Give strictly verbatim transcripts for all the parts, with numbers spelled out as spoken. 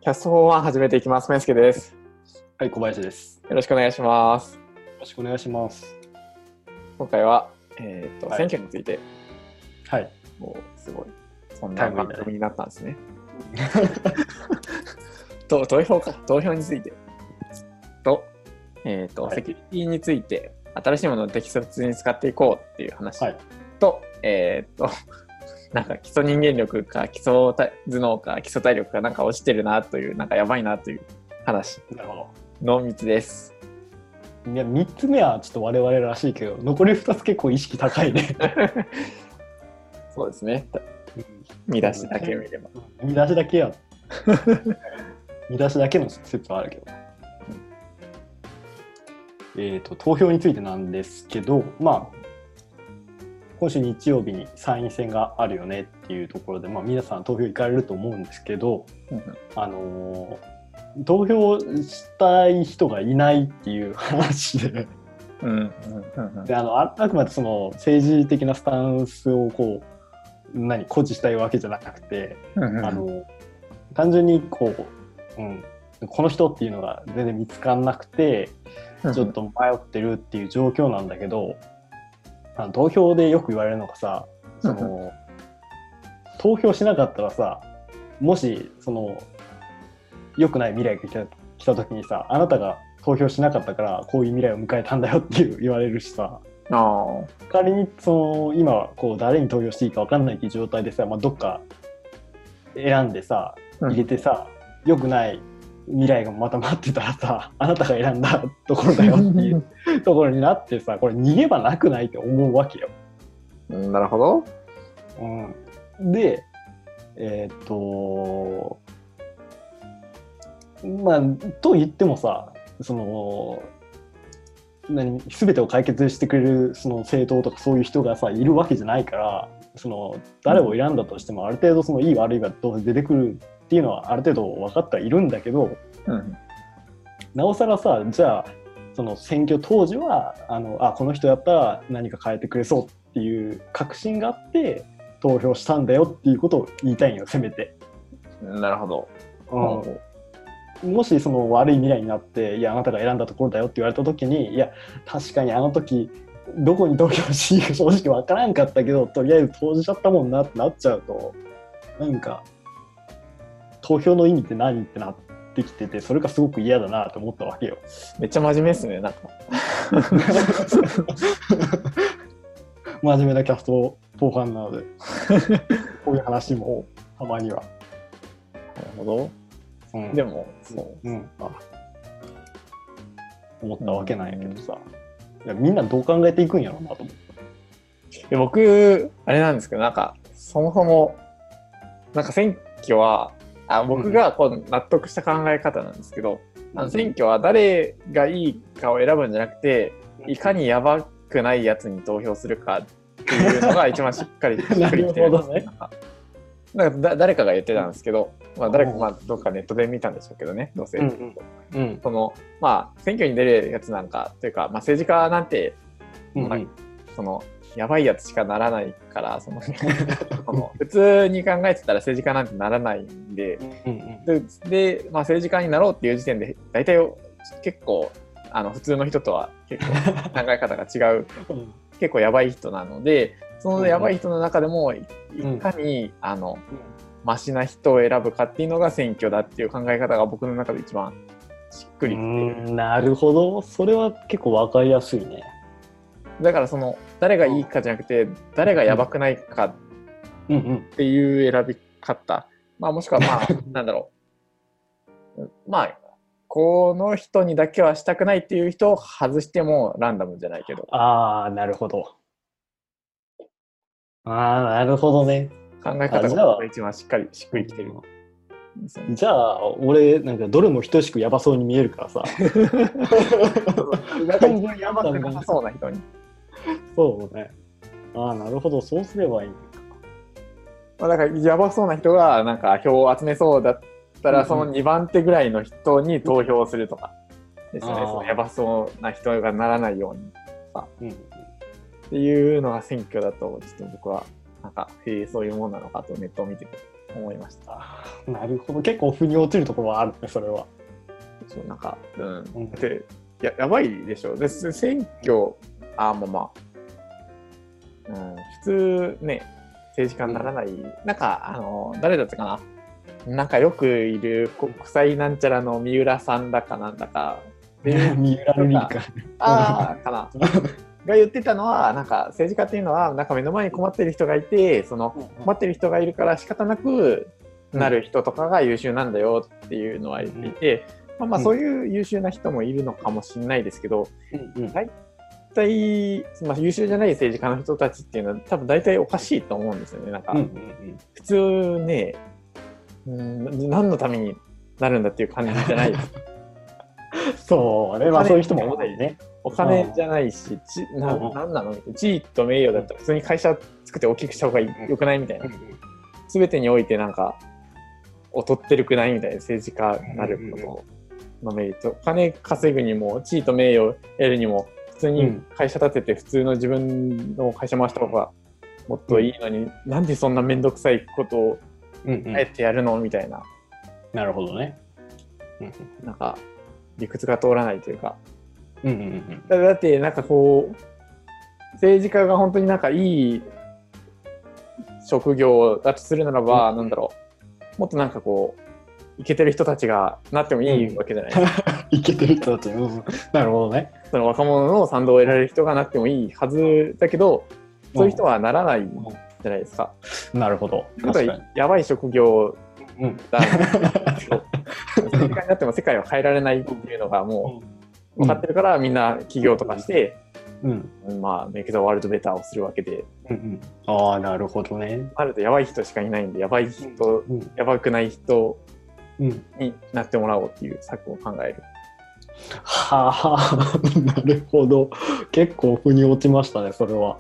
キャストフォーワン始めていきます。めんすけです。 はい、小林です。 よろしくお願いします。 よろしくお願いします。 今回は、えーとはい、 選挙について、 はい、 もうすごいそんな番組になったんですね。と投票か投票についてと、えーと、はい、セキュリティについて新しいものを適切に使っていこうっていう話、はい、と、えーとなんか基礎人間力か基礎頭脳か基礎体力かなんか落ちてるなというなんかやばいなという話のみっつです。 いやみっつめはちょっと我々らしいけど残りふたつ結構意識高いね。 そうですね、見出しだけ見れば見出しだけや見出しだけの説はあるけど、うん、えーと投票についてなんですけど、まあ今週日曜日に参院選があるよねっていうところで、まあ、皆さん投票行かれると思うんですけど、うん、あのー、投票したい人がいないっていう話で、うんうんうん、であの あ, あくまでその政治的なスタンスをこう何誇示したいわけじゃなくて、うんうん、あの単純にこう、うん、この人っていうのが全然見つからなくてちょっと迷ってるっていう状況なんだけど、あの投票でよく言われるのがさ、その投票しなかったらさ、もしその良くない未来が来た、来た時にさ、あなたが投票しなかったからこういう未来を迎えたんだよっていう言われるしさ、あ仮にその今こう誰に投票していいか分かんないっていう状態でさ、まあ、どっか選んでさ入れてさ、うん、良くない未来がまた待ってたらさ、あなたが選んだところだよっていうところになってさ、これ逃げ場なくないって思うわけよ。 なるほど。 うん、で、えー、っとまあと言ってもさ、その何全てを解決してくれるその政党とかそういう人がさいるわけじゃないから、その誰を選んだとしてもある程度そのいい悪いがどう出てくるっていうのはある程度分かってはいるんだけど、うん、なおさらさ、じゃあその選挙当時はあのあこの人やったら何か変えてくれそうっていう確信があって投票したんだよっていうことを言いたいんよ、せめて。 なるほど、 うん、もしその悪い未来になっていやあなたが選んだところだよって言われた時に、いや確かにあの時どこに投票していいか正直分からんかったけどとりあえず投じちゃったもんなってなっちゃうと、なんか投票の意味って何ってなってきてて、それがすごく嫌だなと思ったわけよ。 めっちゃ真面目ですね、なんか真面目なキャストフォーファンなのでこういう話もたまには。 なるほど、うん、でもそう、うん、あ思ったわけなんやけどさ、いやみんなどう考えていくんやろうなと思って。 僕あれなんですけど、なんかそもそもなんか選挙はあ僕がこう納得した考え方なんですけど、うん、あの選挙は誰がいいかを選ぶんじゃなくて、いかにやばくないやつに投票するかっていうのが一番しっかりしっくりきてるんですね。なんかなんかだ誰かが言ってたんですけど、まあ、誰か、まあ、どっかネットで見たんでしょうけどね、どうせ、うんうん、そのまあ選挙に出るやつなんかというか、まあ、政治家なんて、うんうんまあ、そのやばいやつしかならないから、そのその普通に考えてたら政治家なんてならないんで、うんうん、で, で、まあ、政治家になろうっていう時点で大体結構あの普通の人とは結構考え方が違う結構やばい人なので、そのやばい人の中でもいかに、うん、あのマシな人を選ぶかっていうのが選挙だっていう考え方が僕の中で一番しっくりきてる。 なるほど、それは結構分かりやすいね。 だからその誰がいいかじゃなくて誰がやばくないかっていう選び方、まあ、もしくはまあなんだろうまあこの人にだけはしたくないっていう人を外してもランダムじゃないけど、 ああなるほど、ああなるほどね、 考え方が一番しっかりしっくりきてる。 じゃあ俺なんかどれも等しくやばそうに見えるからさ完全にやばくなさそうな人にそうね。ああなるほど、そうすればいい。 まあ、だからやばそうな人がなんか票を集めそうだったら、うんうん、そのにばん手ぐらいの人に投票するとかですね、うん、そのやばそうな人がならないようにさ、うん、っていうのが選挙だとちょっと僕はなんかへえそういうもんなのかとネットを見てて思いました。 なるほど、結構腑に落ちるところはあるね、それは。 そうなんか、うん、うん、だってややばいでしょ。で選挙、あまあまあ、うん、普通ね政治家にならない、うん、なんかあの誰だったかな、なんかよくいる国際なんちゃらの三浦さんだかなんだか、 三浦瑠麗か、 ああかなが言ってたのは、なんか政治家っていうのはなんか目の前に困ってる人がいて、その困ってる人がいるから仕方なくなる人とかが優秀なんだよっていうのは言っていて、まあ、まあそういう優秀な人もいるのかもしれないですけど、うんうん、大体、まあ、優秀じゃない政治家の人たちっていうのは多分大体おかしいと思うんですよね。なんか、うんうんうん、普通ね、うん、何のためになるんだっていう感じじゃないです。 そうね、まあそういう人も多いね。 お金じゃないし、ちななんなのみたいな。地位と名誉だったら普通に会社作って大きくした方がよくないみたいな。すべてにおいてなんか劣ってるくないみたいな、政治家になることのメリット。お金稼ぐにも地位と名誉を得るにも普通に会社立てて普通の自分の会社回した方がもっといいのに、うん、なんでそんなめんどくさいことをあえてやるのみたいな。 なるほどね。 なんか理屈が通らないというか。 うんうんうん、 だってなんかこう政治家が本当になんかいい職業だとするならば、うん、なんだろう、もっとなんかこうイケてる人たちがなってもいいわけじゃないですか。 イケてる人たち、うん、なるほどね。 その若者の賛同を得られる人がなってもいいはずだけど、そういう人はならないじゃないですか。 うん、なるほど。 確かにやばい職業だ。政治家になっても世界を変えられないっていうのがもう分かってるから、みんな起業とかして、うんうん、まあメイクザワールドベターをするわけで、 うんうん、ああなるほどね。 あるとやばい人しかいないんで、やばい人、うん、やばくない人になってもらおうっていう策を考える。 はあなるほど、結構腑に落ちましたね、それは。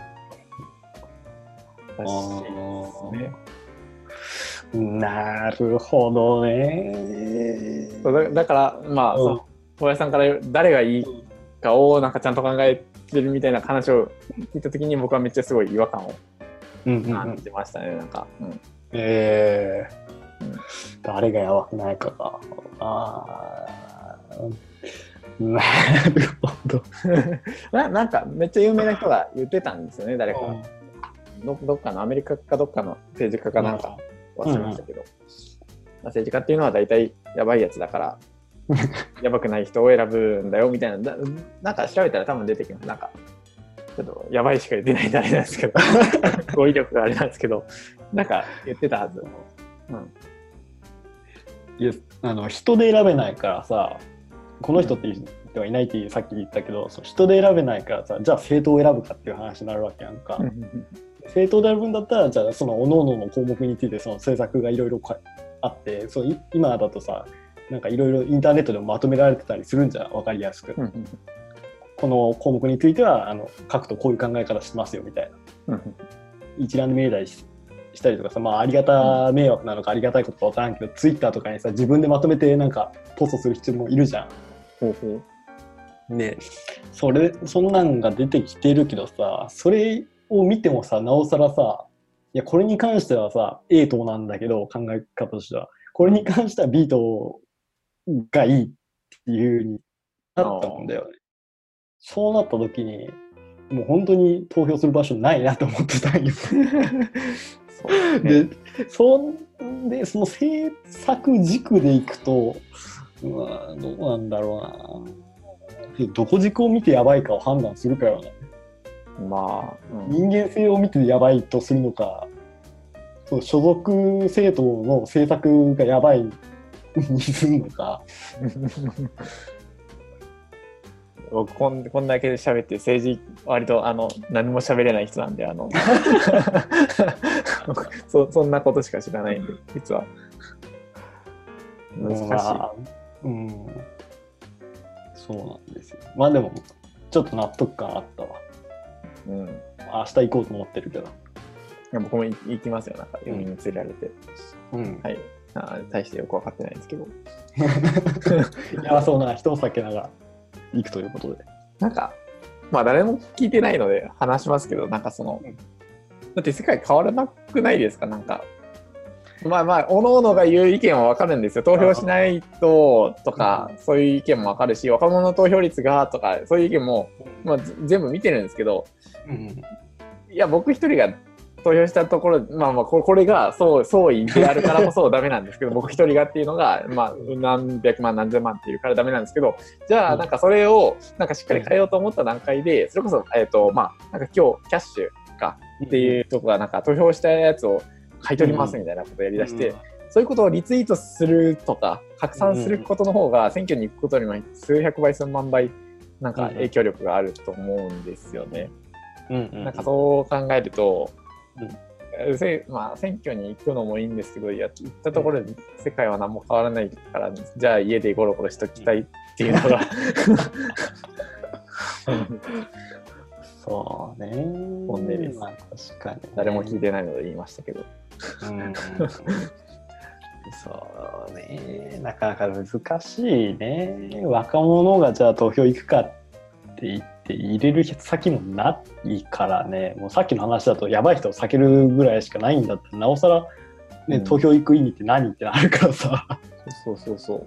らしいですね。 なるほどね。 そう だ, だからまあ、うん、その小林さんから誰がいいかをなんかちゃんと考えてるみたいな話を聞いたときに、僕はめっちゃすごい違和感を感じましたね。うんうんうん、なんか、うん、 えーうん、誰がやばくないかか。あなるほどな。なんかめっちゃ有名な人が言ってたんですよね、誰か。ど, どっかのアメリカかどっかの政治家かなんか忘れましたけど、うんうん、政治家っていうのは大体やばいやつだからやばくない人を選ぶんだよみたいな、なんか調べたら多分出てきます。なんかちょっとやばいしか言ってないんであれなんですけど語彙力があれなんですけど、なんか言ってたはず。うん、 いやあの人で選べないからさ、この人っていう人はいないってさっき言ったけど、その人で選べないからさ、じゃあ政党を選ぶかっていう話になるわけやんか。政党で選ぶんだったら、じゃあその各々の項目についてその政策がいろいろあって、そう今だとさ、なんかいろいろインターネットでもまとめられてたりするんじゃん、分かりやすく。この項目についてはあの書くとこういう考え方しますよみたいな。一覧で見れたりししたりとかさ、まあありがた迷惑なのかありがたいことか分からんけど、ツイッターとかにさ自分でまとめてなんかポストする人もいるじゃん。ほうほうでそれそんなんが出てきてるけどさ、それを見てもさ、なおさらさ、いやこれに関してはさ A 党なんだけど、考え方としてはこれに関しては B 党がいいっていう風になったんだよね。そうなった時にもう本当に投票する場所ないなと思ってたんよそうで、そんでその政策軸でいくと、まあ、どうなんだろうな、どこ軸を見てやばいかを判断するかよね。まあ、うん、人間性を見てやばいとするのか、そう所属政党の政策がやばいにするのか僕こん、こんだけ喋って政治割とあの何も喋れない人なんで、あのそ, そんなことしか知らないんで、実は難しい、まあ、うん、 そうなんですよ。まあでもちょっと納得感あったわ。うん、明日行こうと思ってるけど。いや僕も行きますよ、なんか読みに連れられて、うん、はい、あ大してよく分かってないんですけどいやそうな人を避けながら行くということで、 なんかまあ誰も聞いてないので話しますけど、なんかその、うん、だって世界変わらなくないですか。なんかまあまあ、おのおのが言う意見は分かるんですよ。投票しないととか、そういう意見も分かるし、若者の投票率がとか、そういう意見も、まあ、全部見てるんですけど、うん、いや、僕一人が投票したところ、まあまあ、これがそう総意であるからこそダメなんですけど、僕一人がっていうのが、まあ、何百万、何千万っていうからダメなんですけど、じゃあ、なんかそれを、なんかしっかり変えようと思った段階で、それこそ、えっと、まあ、なんか今日、キャッシュかっていうところが、なんか投票したやつを買い取りますみたいなことをやりだして、そういうことをリツイートするとか、拡散することの方が、選挙に行くことにも数百倍、数万倍、なんか影響力があると思うんですよね。なんかそう考えると、うん、せまあ、選挙に行くのもいいんですけど、いや行ったところで世界は何も変わらないから、じゃあ家でゴロゴロしときたいっていうのがそうね、 本音です。 まあ、確かに、ね、 誰も聞いてないので言いましたけど、うん、 そうね、なかなか難しいね。若者がじゃあ投票行くかって言って入れる先もないからね。もうさっきの話だとやばい人を避けるぐらいしかないんだったら、なおさら、ね、うん、投票行く意味って何ってなるからさ。 そうそうそう。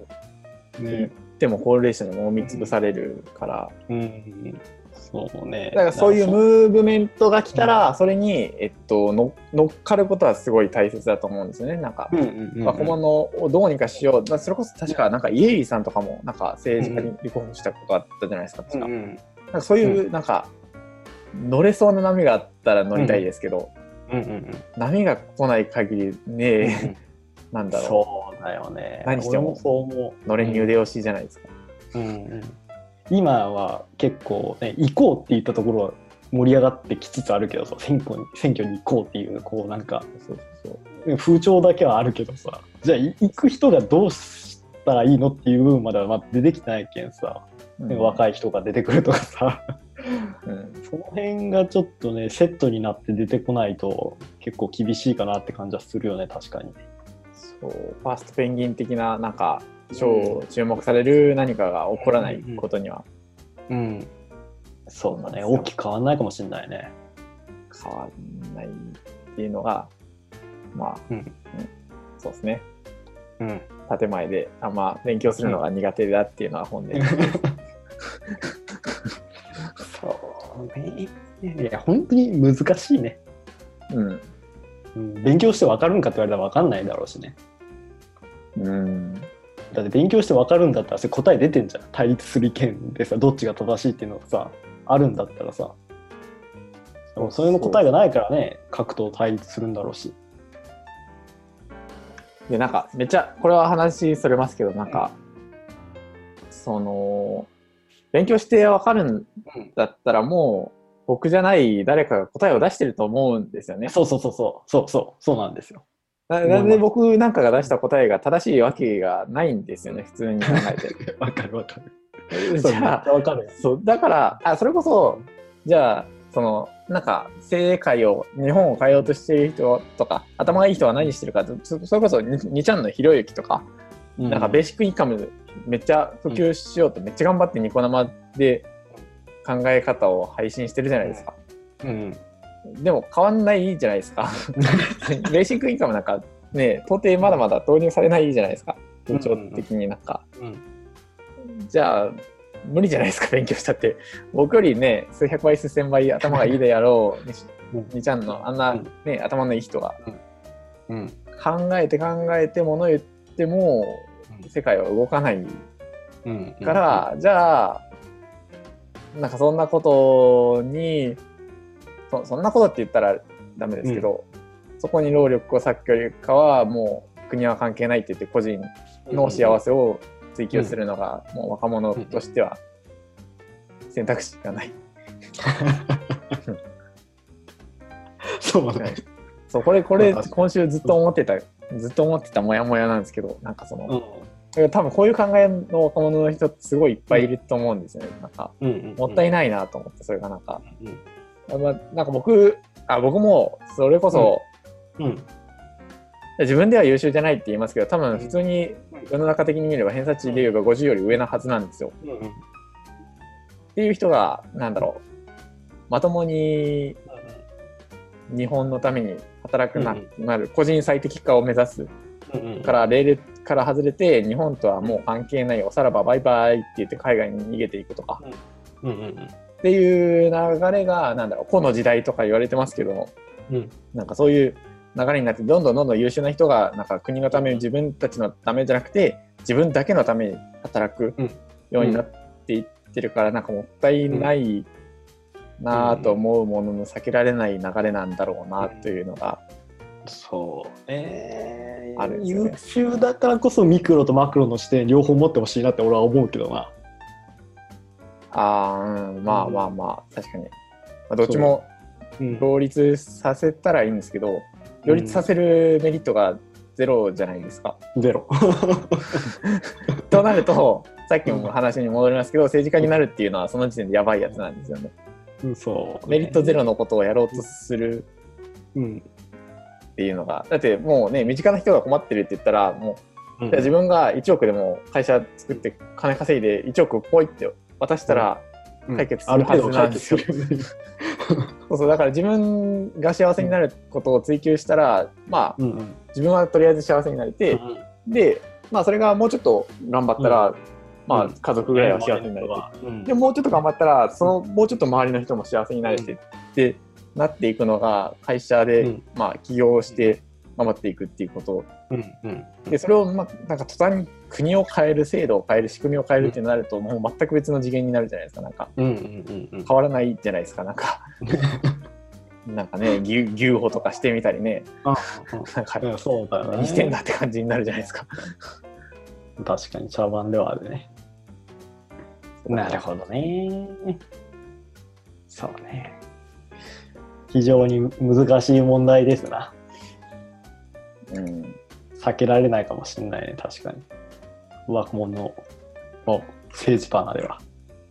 ね、でも高齢者にもみつぶされるから。 うん、うんそうね、 だからそういうムーブメントが来たら、それに、えっと、の乗っかることはすごい大切だと思うんですよね。なんか、若者をどうにかしよう。それこそ確か、なんか家入さんとかも、なんか政治家に立候補したことあったじゃないですか。確か。うんうん、なんかそういう、なんか、乗れそうな波があったら乗りたいですけど、うんうんうん、波が来ない限りね、うんうん、なんだろう。 そうだよね。 何しても乗れに腕押しじゃないですか。 うんうん今は結構ね行こうって言ったところは盛り上がってきつつあるけどさ、選挙に選挙に行こうっていうこうなんかそうそう風潮だけはあるけどさ、じゃあ行く人がどうしたらいいのっていう部分まではまだ出てきてないけんさ、うん、若い人が出てくるとかさ、うん、その辺がちょっとねセットになって出てこないと結構厳しいかなって感じはするよね。確かに。 そうファーストペンギン的ななんか超注目される何かが起こらないことには、 うん、うん、そうだね、大きく変わんないかもしれないね。 変わんないっていうのがまあ、うんうん、そうですね、うん、建前であんま勉強するのが苦手だっていうのは本音です、うん、 そうね、いや本当に難しいね、うんうん、勉強して分かるんかって言われたら分かんないだろうしね。うんだって勉強して分かるんだったらそれ答え出てんじゃん。対立する意見でさどっちが正しいっていうのがさあるんだったらさ、それの答えがないからね各党対立するんだろうし。 でなんかめっちゃこれは話それますけどなんか、うん、その勉強して分かるんだったらもう僕じゃない誰かが答えを出してると思うんですよね。 そうそうそうそうそうそうそうなんですよ。 な, なんで僕なんかが出した答えが正しいわけがないんですよね、普通に考えて。 わかるわかる。 じゃあ、かるそうだからあ、それこそ、じゃあ、その、なんか、世界を、日本を変えようとしている人とか、頭がいい人は何してるか、それこそに、にちゃんのひろゆきとか、うん、なんかベーシックインカムめっちゃ普及しようと、めっちゃ頑張ってニコ生で考え方を配信してるじゃないですか。うんうんでも変わんないじゃないですか。ベーシックインカムなんかね、到底まだまだ導入されないじゃないですか。風潮的になんか、うんうん。じゃあ、無理じゃないですか、勉強したって。僕よりね、数百倍、数千倍頭がいいであろう、に, にちゃんのあんな、ね、うん、頭のいい人が、うん、考えて考えて物言っても、世界は動かないから、じゃあ、なんかそんなことに、そ, そんなことって言ったらダメですけど、うん、そこに労力を割くよりかはもう国は関係ないって言って個人の幸せを追求するのがもう若者としては選択肢がない。 そうだね。 そうこれこれ今週ずっと思ってたずっと思ってたモヤモヤなんですけど、なんかその、うん、多分こういう考えの若者の人ってすごいいっぱいいると思うんですよね。なんか、うんうんうん、もったいないなと思って、それがなんか。うんまあ、なんか僕あ僕もそれこそ、うんうん、自分では優秀じゃないって言いますけど、多分普通に世の中的に見れば偏差値でいうがごじゅうより上なはずなんですよ、うんうん、っていう人がなんだろうまともに日本のために働くな、うん、なる個人最適化を目指す、うんうん、からレールから外れて日本とはもう関係ないおさらばバイバイって言って海外に逃げていくとか、うんうんうん、っていう流れがなんだろう個の時代とか言われてますけど、うん、なんかそういう流れになってどんどんどんどん優秀な人がなんか国のため自分たちのためじゃなくて自分だけのために働くようになっていってるから、なんかもったいないなと思うものの避けられない流れなんだろうなというのが、 うん、そうね、あるんですよね。優秀だからこそミクロとマクロの視点両方持ってほしいなって俺は思うけどな。 あー、うん、まあまあまあ確かに、まあ、どっちも両立させたらいいんですけど、両立させるメリットがゼロじゃないですか。 ゼロとなるとさっきも話に戻りますけど、政治家になるっていうのはその時点でやばいやつなんですよね。うん、そうね、メリットゼロのことをやろうとするっていうのが、だってもうね身近な人が困ってるって言ったらもう、うん、自分がいちおくでも会社作って金稼いでいちおくポイって渡したら解決するはずなんですよ。そうそう、だから自分が幸せになることを追求したら、まあ、うんうん、自分はとりあえず幸せになれて、うんうん、で、まあそれがもうちょっと頑張ったら、うん、まあ家族ぐらいは幸せになれて、うん、でもうちょっと頑張ったらそのもうちょっと周りの人も幸せになれてってなっていくのが会社で、うん、まあ起業して頑張っていくっていうこと、うんうん、でそれを、まあ、なんか途端に国を変える制度を変える仕組みを変えるってなると、もう全く別の次元になるじゃないですか。なんか、うんうんうんうん、変わらないじゃないですか。なんかなんかね 牛, 牛歩とかしてみたりね、ああなんか、うん、そうだよね、何してんだって感じになるじゃないですか。 確かに茶番ではあるね。なるほどね。そうね。非常に難しい問題ですな。うん、避けられないかもしれないね、確かに。若者の政治パナでは。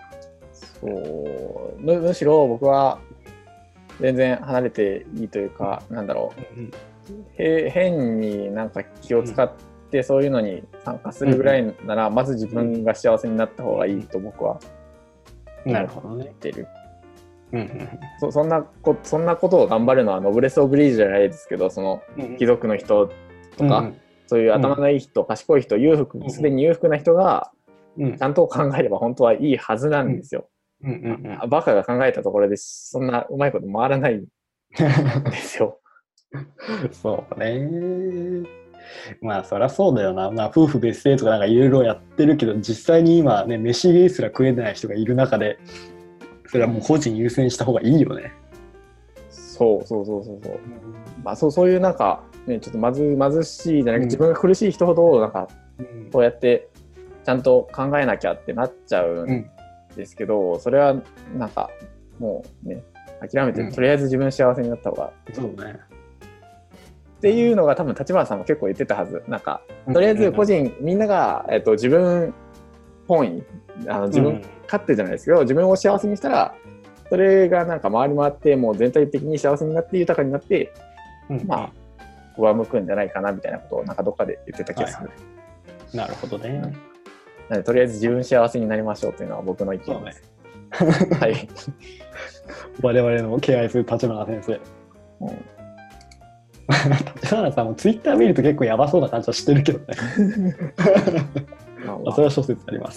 そうむ、むしろ僕は全然離れていいというか、うん、なんだろう、うん、へ変になんか気を使ってそういうのに参加するぐらいなら、うん、まず自分が幸せになった方がいいと僕はなるほどね。 言ってる。うんうん、そ, そんなこそんなことを頑張るのはノブレス・オブリージュじゃないですけど、その貴族の人とか、うんうん、そういう頭のいい人、うん、賢い人、裕福、すでに裕福な人がちゃんと考えれば本当はいいはずなんですよ。うんうんうん、バカが考えたところでそんなうまいこと回らないんですよ。 そうね。まあそりゃそうだよな。まあ、夫婦別姓とかなんかいろいろやってるけど、実際に今ね飯すら食えない人がいる中で、それはもう個人優先した方がいいよね。 そうそうそうそうそう。まあそうそういうなんかねちょっとまず貧しいじゃなくて、自分が苦しい人ほどなんかこうやってちゃんと考えなきゃってなっちゃうんですけど、うん、それはなんかもうね諦めて、うん、とりあえず自分幸せになった方が。そうね。っていうのが多分立花さんも結構言ってたはず。なんかとりあえず個人、うん、みんなが、えっと、自分本位あの自分勝手じゃないですけど、自分を幸せにしたらそれがなんか回り回ってもう全体的に幸せになって豊かになって、うん、まあ上向くんじゃないかなみたいなことをなんかどっかで言ってた気がする。 はいはい、なるほどね。 なのでとりあえず自分幸せになりましょうというのは僕の意見です。ね、はい。 我々の敬愛する立花先生。うん、立花さんもツイッター見ると結構やばそうな感じはしてるけどね。まあまあ、それは諸説あります。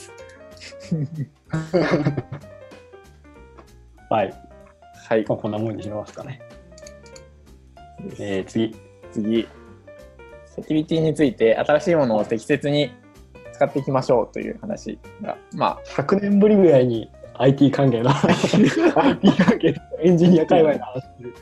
はい。はい。まあ、こんなもんにしますかね。えー、次。 次。セキュリティについて新しいものを適切に使っていきましょうという話が、まあ、 ひゃくねんぶりぐらいに アイティー 関係の アイティー 関係のエンジニア界隈の話してる。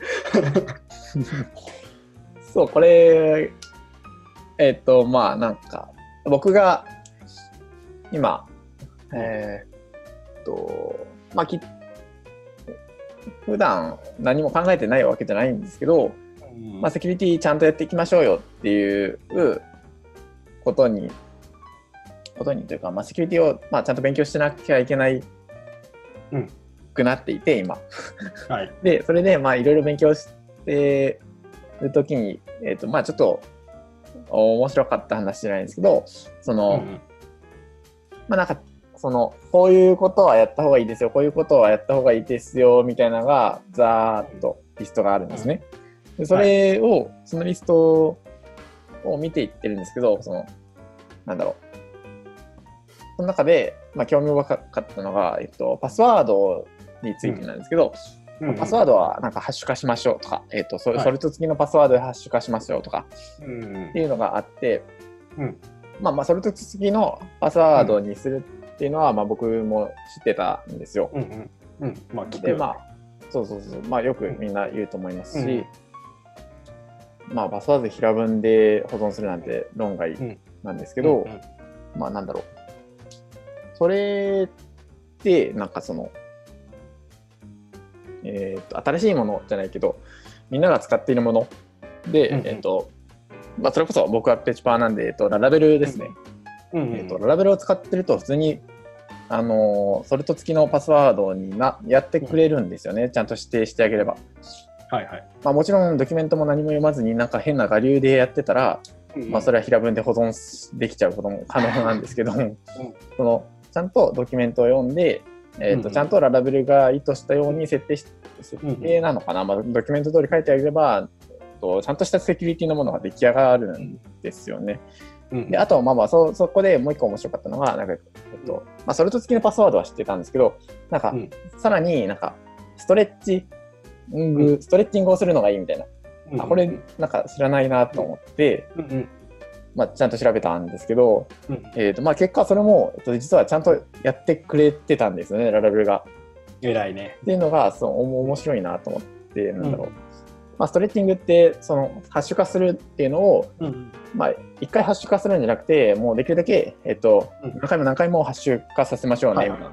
そう、これ、えっと、まあ、なんか、僕が今、えー、っと、まあ、き普段何も考えてないわけじゃないんですけど、うんまあ、セキュリティちゃんとやっていきましょうよっていうことに、ことにというか、まあ、セキュリティを、まあ、ちゃんと勉強しなきゃいけないくなっていて、今。はい、で、それで、まあ、いろいろ勉強してるときに、えーと、まあ、ちょっと面白かった話じゃないんですけど、その、うん、まあ、なんか、そのこういうことはやった方がいいですよ、こういうことはやった方がいいですよみたいなのがざーっとリストがあるんですね。 でそれを、はい、そのリストを見ていってるんですけど、そのなんだろう、その中で、まあ、興味深かったのが、えっと、パスワードについてなんですけど、うん、パスワードはなんかハッシュ化しましょうとか、えっと、それ、はい、それと次のパスワードでハッシュ化しますよとか、うん、っていうのがあって、うん、まあまあそれと次のパスワードにするっていうのは、まあ僕も知ってたんですよ。うんうんうん、まあ聞くよね。でまあそうそうそう、まあよくみんな言うと思いますし、うん、まあパスワード平文で保存するなんて論外なんですけど、うんうん、まあなんだろう、それってなんかそのえー、と新しいものじゃないけどみんなが使っているもので、うんうん、えーとまあ、それこそ僕はペチパーなんで、えー、とララベルですね、うんうんうん、えー、とララベルを使ってると普通に、あのー、それと付きのパスワードになやってくれるんですよね、うん、ちゃんと指定してあげれば、はいはい、まあ、もちろんドキュメントも何も読まずになんか変な我流でやってたら、うんうん、まあ、それは平文で保存できちゃうことも可能なんですけど、うん、そのちゃんとドキュメントを読んでえーとうんうん、ちゃんとララベルが意図したように設定し、設定なのかな、まあ、ドキュメント通り書いてあげれば、とちゃんとしたセキュリティのものが出来上がるんですよね。うんうん、であと、まあまあ そ, そこでもう一個面白かったのが、なんか、えっとまあ、それと付きのパスワードは知ってたんですけど、なんか、うん、さらになんかストレッチング、うん、ストレッチングをするのがいいみたいな、うんうん、あこれなんか知らないなと思って、うんうん、まあ、ちゃんと調べたんですけど、うん、えーとまあ、結果それも、えっと、実はちゃんとやってくれてたんですよね、ララベルが。 偉いね。 っていうのがそう面白いなと思って、なんだろう、うん、まあ、ストレッチングってそのハッシュ化するっていうのを、うん、まあ、一回ハッシュ化するんじゃなくて、もうできるだけ、えっと、うん、何回も何回もハッシュ化させましょうね、はいはい、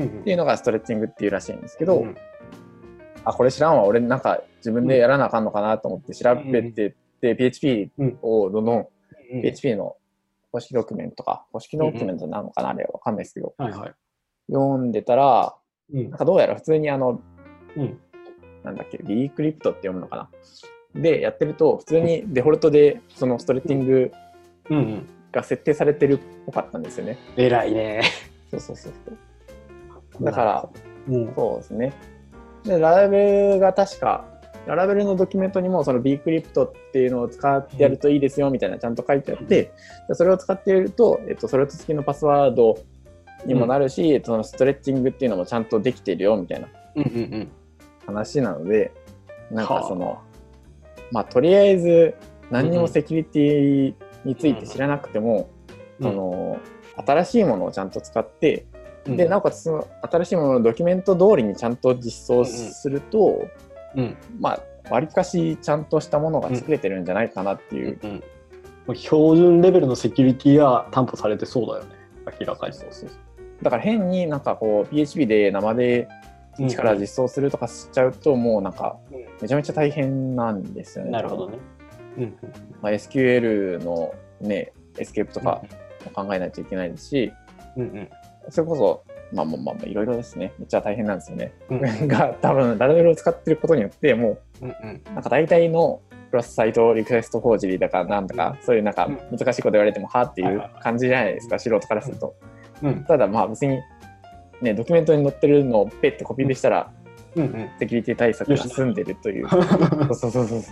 っていうのがストレッチングっていうらしいんですけど、うん、あこれ知らんわ、俺なんか自分でやらなあかんのかなと思って調べてって、うん、ピーエイチピー をどんどん、うん、ピーエイチピー の公式ドキュメントとか、公式ドキュメントなのかな、うんうん、あれわかんないですけど、はいはい、読んでたら、うん、なんかどうやら普通にあの、うん、なんだっけ、ビークリプトって読むのかな。で、やってると、普通にデフォルトでそのストレッチングが設定されてるっぽかったんですよね。 偉いね。 そうそうそうそう。だから、うん、そうですね。で、ララベルが確か、ララベルのドキュメントにもその ビークリプトっていうのを使ってやるといいですよみたいなちゃんと書いてあって、うん、それを使っていると、えっと、それと付きのパスワードにもなるし、うん、そのストレッチングっていうのもちゃんとできてるよみたいな話なので、うんうんうん、なんかその、まあとりあえず何にもセキュリティについて知らなくても、うんうん、その新しいものをちゃんと使って、うん、でなおかつその新しいもののドキュメント通りにちゃんと実装すると、うんうん、まあ割かしちゃんとしたものが作れてるんじゃないかなっていう、うんうんうん、標準レベルのセキュリティは担保されてそうだよね、明らかに。そうそうそう、 だから変になんかこう ピーエイチピー で生で一から実装するとかしちゃうと、もうなんかめちゃめちゃ大変なんですよね。 なるほどね。 うんうんまあ、エスキューエル のねエスケープとかも考えないといけないですし、うんうん、それこそまあまあまあいろいろですね、めっちゃ大変なんですよね。うん、が多分ララベルを使ってることによってもう、うんうん、なんか大体のクロスサイトリクエストフォージリーだかなんだか、うん、そういうなんか難しいこと言われてもはっていう感じじゃないですか、うん、素人からすると。うん、ただまあ別にねドキュメントに載ってるのをペッてコピペしたら、うんうん、セキュリティ対策が済んでるという。そうそうそうそう。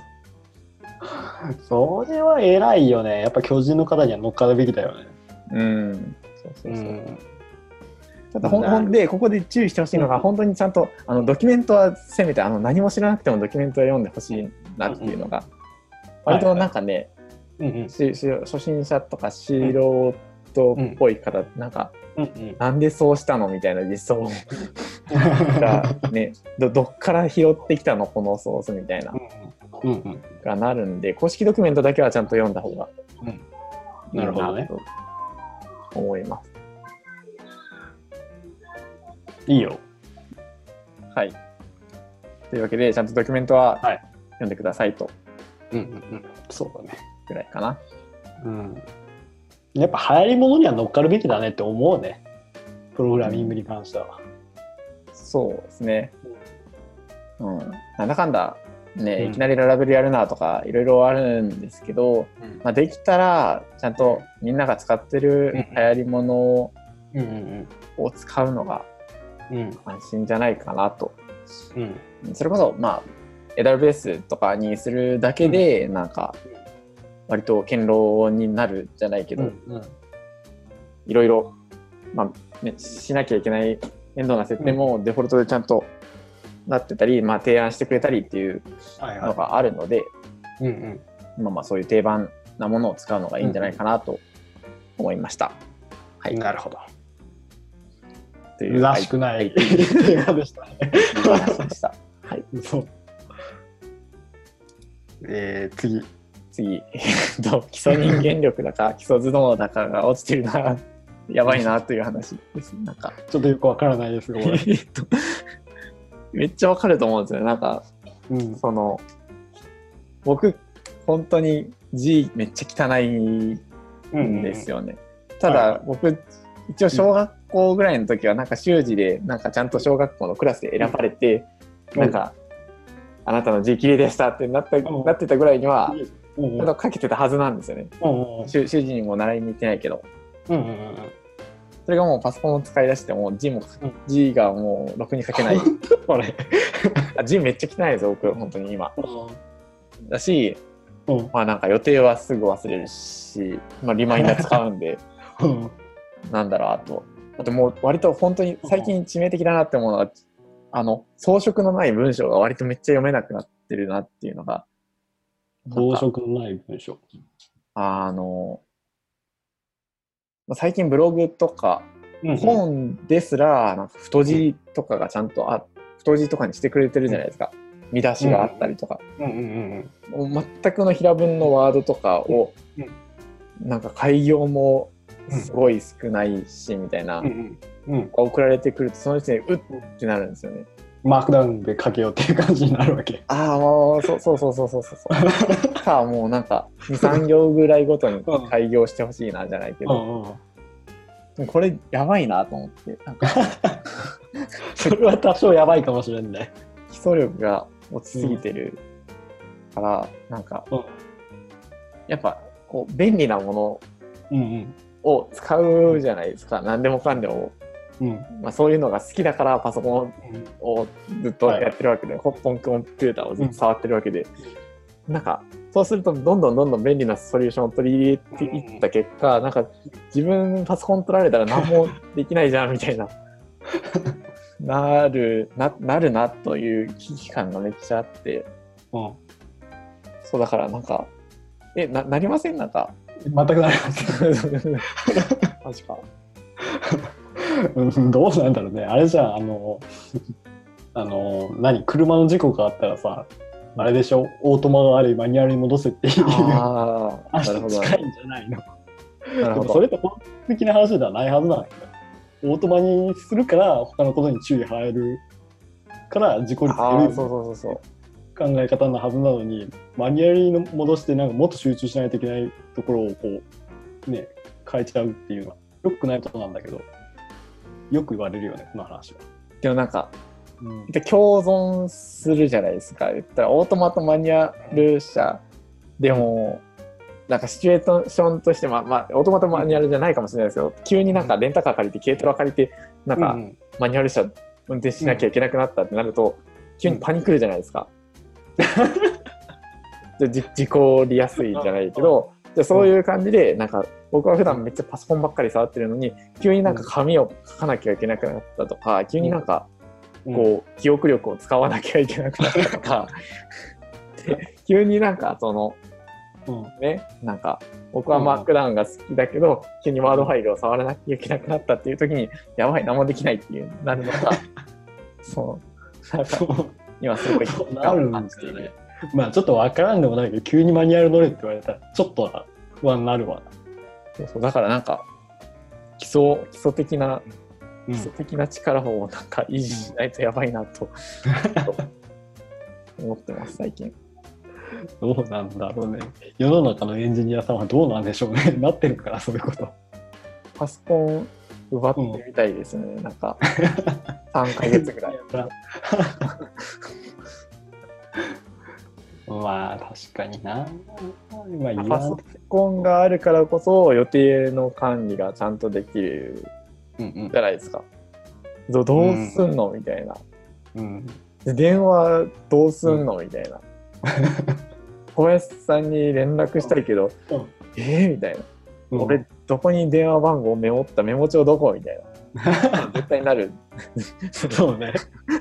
それは偉いよね。やっぱ巨人の方には乗っかるべきだよね。 うん。そうそうそう。うん、ただほんでここで注意してほしいのが、うん、本当にちゃんとあのドキュメントはせめてあの何も知らなくてもドキュメントは読んでほしいなっていうのが、うんうん、割となんかね、はいはい、初心者とか素人っぽい方、うん、なんか、うんうん、なんでそうしたのみたいな実装がね ど, どっから拾ってきたのこのソースみたいな、うんうん、がなるんで、公式ドキュメントだけはちゃんと読んだ方がいいなと思います。 いいよ。 はい。というわけでちゃんとドキュメントは読んでくださいと。 うんうんうん。そうだね。 ぐらいかな。 うん。やっぱ流行り物には乗っかるべきだねって思うね。プログラミングに関しては。 うん、そうですね。うん。なんだかんだね、うん、いきなりララベルやるなとかいろいろあるんですけど、うん、まあ、できたらちゃんとみんなが使ってる流行り物を使うのが安心じゃないかなと。うん、それこそまあエーダブリューエス とかにするだけで、なんか割と堅牢になるじゃないけど、うんうん、いろいろ、まあね、しなきゃいけない面倒な設定もデフォルトでちゃんとなってたり、うん、まあ、提案してくれたりっていうのがあるので、はいはい、うんうん、まあまあそういう定番なものを使うのがいいんじゃないかなと思いました。 はい、なるほど。 というらしくない映画でしたね。 はい。 そう。えー、次。 次、基礎人間力だか基礎頭脳だかが落ちてるな、やばいなという話です。なんかちょっとよくわからないですが、 めっちゃわかると思うんですよ。なんか、うん、その僕本当に字めっちゃ汚いんですよね。うんうん、ただ、はい、僕一応小学校ぐらいの時はなんか習字でなんかちゃんと小学校のクラスで選ばれて、うん、なんか、うん、あなたの字きれいでしたってなった、うん、なってたぐらいには、うん、書けてたはずなんですよね。うん、習字にも習いに行ってないけど、うんうんうん、それがもうパソコンを使い出しても字も、うん、字がもうろくに書けない。字めっちゃ汚いですよ僕本当に今。うん、だし、うん、まあなんか予定はすぐ忘れるし、まあ、リマインダー使うんで、うん、なんだろうあとあともう割と本当に最近致命的だなって思うのは、うん、あの装飾のない文章が割とめっちゃ読めなくなってるなっていうのが。 装飾のない文章。 あの最近ブログとか本ですらなんか太字とかがちゃんとあ太字とかにしてくれてるじゃないですか。見出しがあったりとか、全くの平文のワードとかを、うんうん、なんか改行もすごい少ないし、うん、みたいな、うんうん、送られてくるとその時点でうってなるんですよね。 マークダウンで書けようっていう感じになるわけ。 ああもうそうそうそうそうそうそうかもうなんかにさん行ぐらいごとに改行してほしいなじゃないけど、うんうん、でもこれやばいなと思ってなんかそれは多少やばいかもしれんね。 基礎力が落ちすぎてるから、うん、なんか、うん、やっぱこう便利なものを使うじゃないですか、うん、何でもかんでも、うんまあ、そういうのが好きだからパソコンをずっとやってるわけで、うん、ホッポンコンピューターをずっと触ってるわけで、うん、なんかそうするとどんどんどんどん便利なソリューションを取り入れていった結果、うん、なんか自分パソコン取られたら何もできないじゃんみたいななる な, なるなという危機感がめっちゃあって、うん、そうだからなんかえ な, なりませんなんか全くなりませんマジかどうなんだろうね。あれじゃんあのあの何車の事故があったらさあれでしょオートマがありマニュアルに戻せっていうああなるほど近いんじゃないの。なるほどそれって本質的な話ではないはずなんだよ。オートマにするから他のことに注意入るから事故率減るよ考え方のはずなのにマニュアルに戻してなんかもっと集中しないといけないところをこうね変えちゃうっていうのはよくないことなんだけどよく言われるよねこの話は。 でもなんか、うん、共存するじゃないですか。言ったらオートマとマニュアル車でも、うんなんかシチュエーションとしてまあまあオートマとマニュアルじゃないかもしれないですけど、急になんかレンタカー借りて軽トラ借りてなんかマニュアル車運転しなきゃいけなくなったってなると急にパニクるじゃないですか。で事故りやすいじゃないけど、じゃそういう感じでなんか僕は普段めっちゃパソコンばっかり触ってるのに急になんか紙を書かなきゃいけなくなったとか、急になんかこう記憶力を使わなきゃいけなくなったとかで急になんかそのうんね、なんか僕はマークダウンが好きだけど、うん、急にワードファイルを触らなきゃいけなくなったっていう時にやばい何もできないっていうなるのがそうなんか今すごいなるんですよね。まあちょっと分からんでもないけど急にマニュアル乗れって言われたらちょっとは不安になるわ。 そうそうだからなんか基礎基礎的な基礎的な力をなんか維持しないとやばいなと、うん、思ってます最近。 どうなんだろうね。世の中のエンジニアさんはどうなんでしょうね。なってるからそういうこと。 パソコン奪ってみたいですね。うん、なんかさんかげつぐらい。 まあ確かにな。 まあ、パソコンがあるからこそ予定の管理がちゃんとできるじゃないですか。うんうん、ど, どうすんのみたいな。 うんで電話どうすんのみたいな。小林さんに連絡したいけど、 うん、 えーみたいな。 うん、 俺、どこに電話番号メモったメモ帳どこみたいな。絶対なる。 そうね。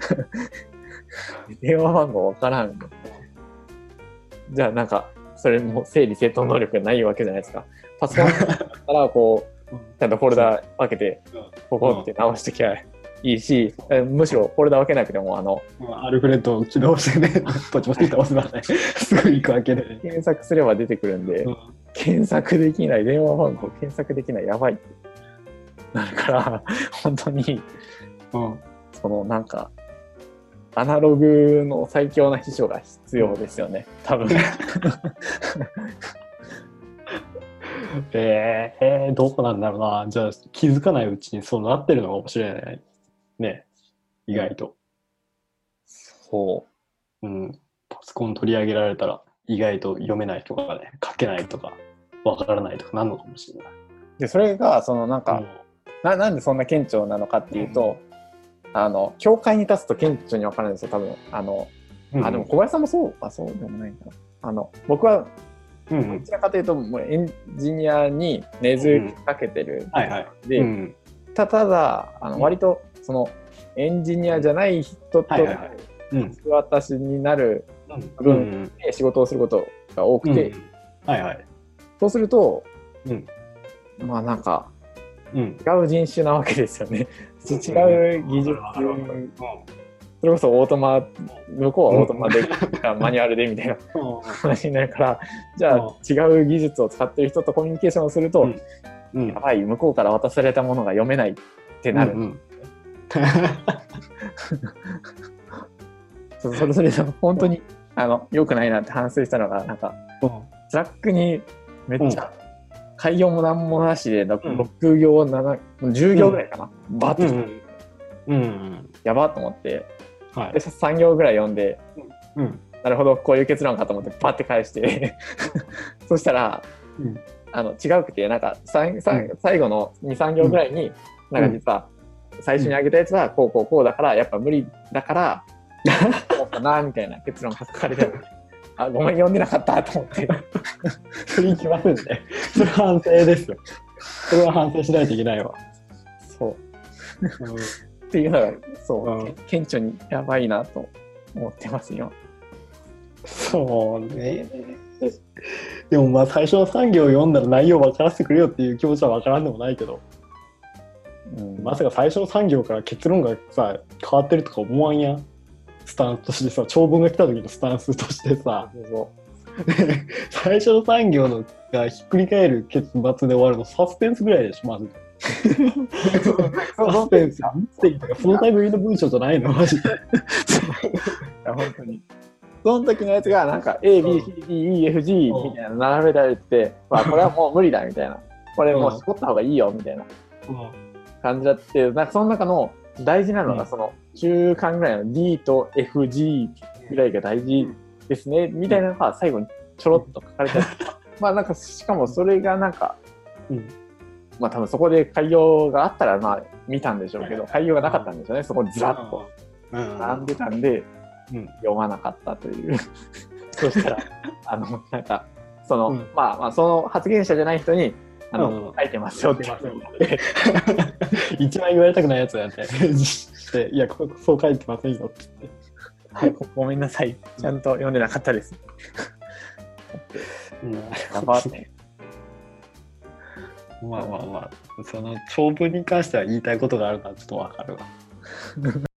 電話番号わからん。じゃあなんか、それも整理整頓能力がないわけじゃないですか。パソコンからこう、ちゃんとフォルダ分けて、ここって直してきゃいいし、むしろフォルダ分けなくても、あの、 アルフレッドを起動してね、ポチポチって押すからね、すぐ行くわけで、ね。 検索すれば出てくるんで、うん、検索できない、電話番号検索できない、やばいってなるから、本当に、うん、そのなんか、アナログの最強な秘書が必要ですよね、多分。 えー、えー、どうなんだろうな。じゃあ気づかないうちにそうなってるのかもしれないね、意外と。 そう。 うん。パソコン取り上げられたら意外と読めないとかね、書けないとか、わからないとかなんのかもしれない。 で、それが、そのなんか、うん、な、なんでそんな顕著なのかっていうと、うん、あの、教会に立つと顕著にわかるんですよ、多分。あの、うん、あ、でも小林さんもそう、あ、そうでもないんだ。あの、僕は、どちらかというともうエンジニアに根付けかけてる、で、ただあの割とそのエンジニアじゃない人と私になる部分で仕事をすることが多くて、そうすると、うん、まあなんか違う人種なわけですよね。違う技術、それこそオートマ、向こうはオートマで、うん、マニュアルでみたいな話になるから、じゃあ違う技術を使っている人とコミュニケーションをすると、うんうん、やばい、向こうから渡されたものが読めないってなる。うんうん、そ, それそれ本当にあの良くないなって反省したのが、なんか、うん、スラックにめっちゃ、開業もなんもなしで、ろく行、なな、じゅう行ぐらいかな、うん、バッと来て、うんうん、やばっと思って、はい、でさん行ぐらい読んで、うん、なるほどこういう結論かと思ってパッて返してそしたら、うん、あの違うくてなんかさんさん、うん、最後のにさん行ぐらいに、うん、なんか実は最初に挙げたやつはこうこうこうだからやっぱ無理だからこうかなみたいな結論が書かれてるあごめん読んでなかったと思ってそれいきますんでそれは反省ですよ。それは反省しないといけないわ。 そう、うんっていうのがそう、うん、顕著にやばいなと思ってますよ。 そうね。でもまあ最初のさん行を読んだら内容分からせてくれよっていう気持ちは分からんでもないけど、うん、まさか最初のさん行から結論がさ変わってるとか思わんやん。スタンスとしてさ、長文が来た時のスタンスとしてさ、最初のさん行のがひっくり返る結末で終わるのサスペンスぐらいでしょ、まず。サスペンスそのタイプの文章じゃないのマジで。いや本当にその時のやつがなんか A、B、C、D、E、F、G みたいな並べられて、まあこれはもう無理だみたいな、これもう絞った方がいいよみたいな感じだって、なんかその中の大事なのがその中間ぐらいの D と エフジー ぐらいが大事ですねみたいなのが最後にちょろっと書かれてある。まあなんかしかもそれがなんか、うん、まあ多分そこで改行があったらまあ見たんでしょうけど、改行がなかったんでしょうね。そこにずらっと並んでたんで、うん、読まなかったという。そしたらあのなんかその、うん、まあまあその発言者じゃない人にあの、うん、書いてますよって言われて、 一番言われたくないやつやってしていやそう書いてませんよって言って、 はい、ごめんなさいちゃんと読んでなかったです。やばね。 まあまあまあ、その長文に関しては言いたいことがあるのはちょっとわかるわ。